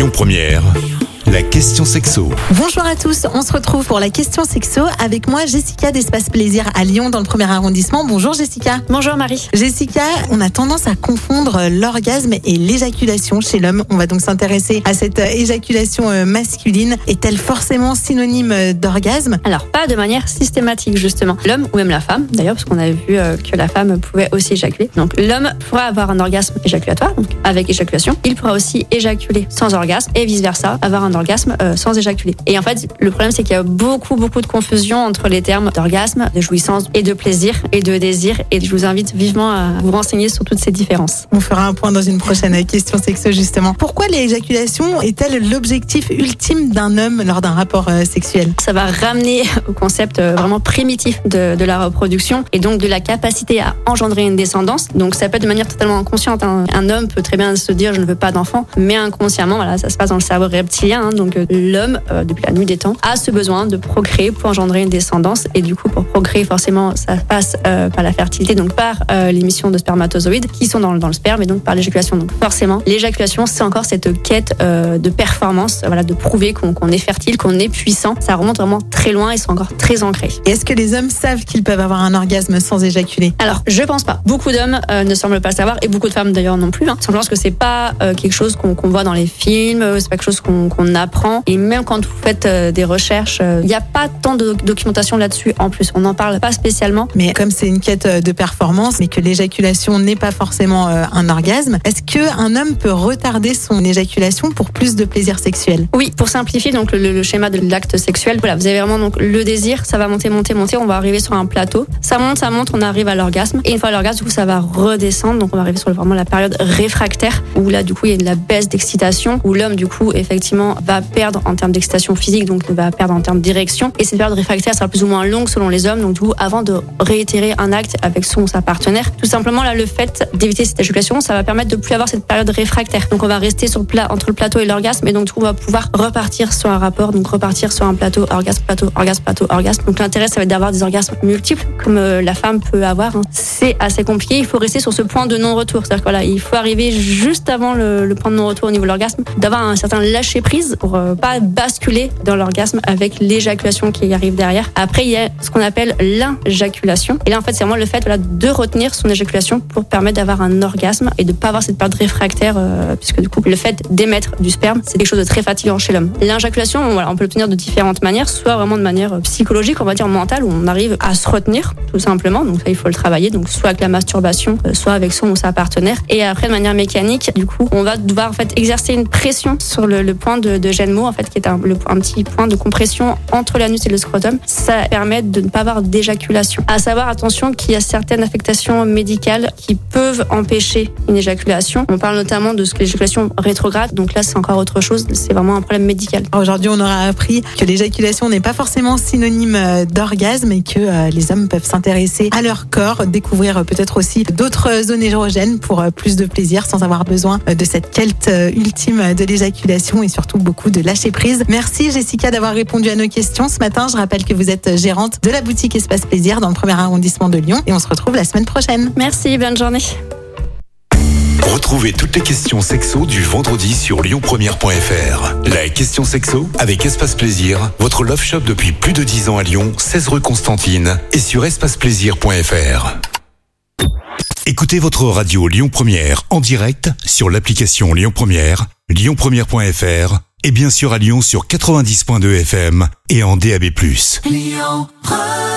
Lyon Première, la question sexo. Bonjour à tous, on se retrouve pour la question sexo avec moi Jessica d'Espace Plaisir à Lyon dans le 1er arrondissement. Bonjour Jessica. Bonjour Marie. Jessica, on a tendance à confondre l'orgasme et l'éjaculation chez l'homme. On va donc s'intéresser à cette éjaculation masculine. Est-elle forcément synonyme d'orgasme ? Alors, pas de manière systématique justement. L'homme ou même la femme, d'ailleurs, parce qu'on a vu que la femme pouvait aussi éjaculer. Donc l'homme pourra avoir un orgasme éjaculatoire, donc avec éjaculation. Il pourra aussi éjaculer sans orgasme et vice-versa, avoir un orgasme sans éjaculer. Et en fait, le problème, c'est qu'il y a beaucoup de confusion entre les termes d'orgasme, de jouissance et de plaisir et de désir. Et je vous invite vivement à vous renseigner sur toutes ces différences. On fera un point dans une prochaine question sexo justement. Pourquoi l'éjaculation est-elle l'objectif ultime d'un homme lors d'un rapport sexuel ? Ça va ramener au concept vraiment primitif de la reproduction et donc de la capacité à engendrer une descendance. Donc ça peut être de manière totalement inconsciente. Un homme peut très bien se dire je ne veux pas d'enfant, mais inconsciemment, voilà, ça se passe dans le cerveau reptilien. Donc l'homme, depuis la nuit des temps, a ce besoin de procréer pour engendrer une descendance. Et du coup, pour procréer, forcément, ça passe par la fertilité, donc par l'émission de spermatozoïdes qui sont dans le sperme et donc par l'éjaculation. Donc forcément, l'éjaculation, c'est encore cette quête de performance, voilà, de prouver qu'on est fertile, qu'on est puissant. Ça remonte vraiment très loin et c'est encore très ancré. Et est-ce que les hommes savent qu'ils peuvent avoir un orgasme sans éjaculer ? Alors, je pense pas. Beaucoup d'hommes ne semblent pas le savoir et beaucoup de femmes d'ailleurs non plus. Simplement parce que c'est pas quelque chose qu'on voit dans les films, c'est pas quelque chose qu'on apprend. Et même quand vous faites des recherches, il n'y a pas tant de documentation là-dessus en plus. On n'en parle pas spécialement. Mais comme c'est une quête de performance, mais que l'éjaculation n'est pas forcément un orgasme, est-ce qu'un homme peut retarder son éjaculation pour plus de plaisir sexuel ? Oui, pour simplifier donc le schéma de l'acte sexuel, voilà, vous avez vraiment donc le désir, ça va monter, on va arriver sur un plateau. Ça monte, on arrive à l'orgasme. Et une fois à l'orgasme, du coup, ça va redescendre. Donc on va arriver sur vraiment la période réfractaire où là, du coup, il y a de la baisse d'excitation, où l'homme, du coup, effectivement, va perdre en termes d'excitation physique, donc va perdre en termes d'érection. Et cette période réfractaire sera plus ou moins longue selon les hommes. Donc du coup, avant de réitérer un acte avec son ou sa partenaire, tout simplement là, le fait d'éviter cette éjaculation, ça va permettre de plus avoir cette période réfractaire. Donc on va rester entre le plateau et l'orgasme, et donc du coup, on va pouvoir repartir sur un rapport, donc repartir sur un plateau, orgasme, plateau, orgasme, plateau, orgasme. Donc l'intérêt, ça va être d'avoir des orgasmes multiples, comme la femme peut avoir. C'est assez compliqué. Il faut rester sur ce point de non-retour. C'est-à-dire que voilà, il faut arriver juste avant le point de non-retour au niveau de l'orgasme, d'avoir un certain lâcher prise pour pas basculer dans l'orgasme avec l'éjaculation qui arrive derrière. Après, il y a ce qu'on appelle l'injaculation. Et là, en fait, c'est vraiment le fait de retenir son éjaculation pour permettre d'avoir un orgasme et de pas avoir cette période réfractaire, puisque du coup, le fait d'émettre du sperme, c'est quelque chose de très fatigant chez l'homme. L'injaculation, on peut l'obtenir de différentes manières, soit vraiment de manière psychologique, on va dire mentale, où on arrive à se retenir, tout simplement. Donc ça, il faut le travailler. Donc soit avec la masturbation, soit avec son ou sa partenaire. Et après, de manière mécanique, du coup, on va devoir en fait exercer une pression sur le point de Genmo, en fait, qui est un petit point de compression entre l'anus et le scrotum. Ça permet de ne pas avoir d'éjaculation. À savoir, attention, qu'il y a certaines affectations médicales qui peuvent empêcher une éjaculation. On parle notamment de ce que l'éjaculation rétrograde. Donc là, c'est encore autre chose. C'est vraiment un problème médical. Aujourd'hui, on aura appris que l'éjaculation n'est pas forcément synonyme d'orgasme et que les hommes peuvent s'intéresser à leur corps, découvrir peut-être aussi d'autres zones érogènes pour plus de plaisir sans avoir besoin de cette quête ultime de l'éjaculation et surtout beaucoup de lâcher prise. Merci Jessica d'avoir répondu à nos questions ce matin. Je rappelle que vous êtes gérante de la boutique Espace Plaisir dans le 1er arrondissement de Lyon et on se retrouve la semaine prochaine. Merci, bonne journée. Retrouvez toutes les questions sexo du vendredi sur lyonpremière.fr. La question sexo avec Espace Plaisir, votre love shop depuis plus de 10 ans à Lyon, 16 rue Constantine et sur espaceplaisir.fr. Écoutez votre radio Lyon Première en direct sur l'application Lyon Première, lyonpremière.fr et bien sûr à Lyon sur 90.2 FM et en DAB+. Lyon Première.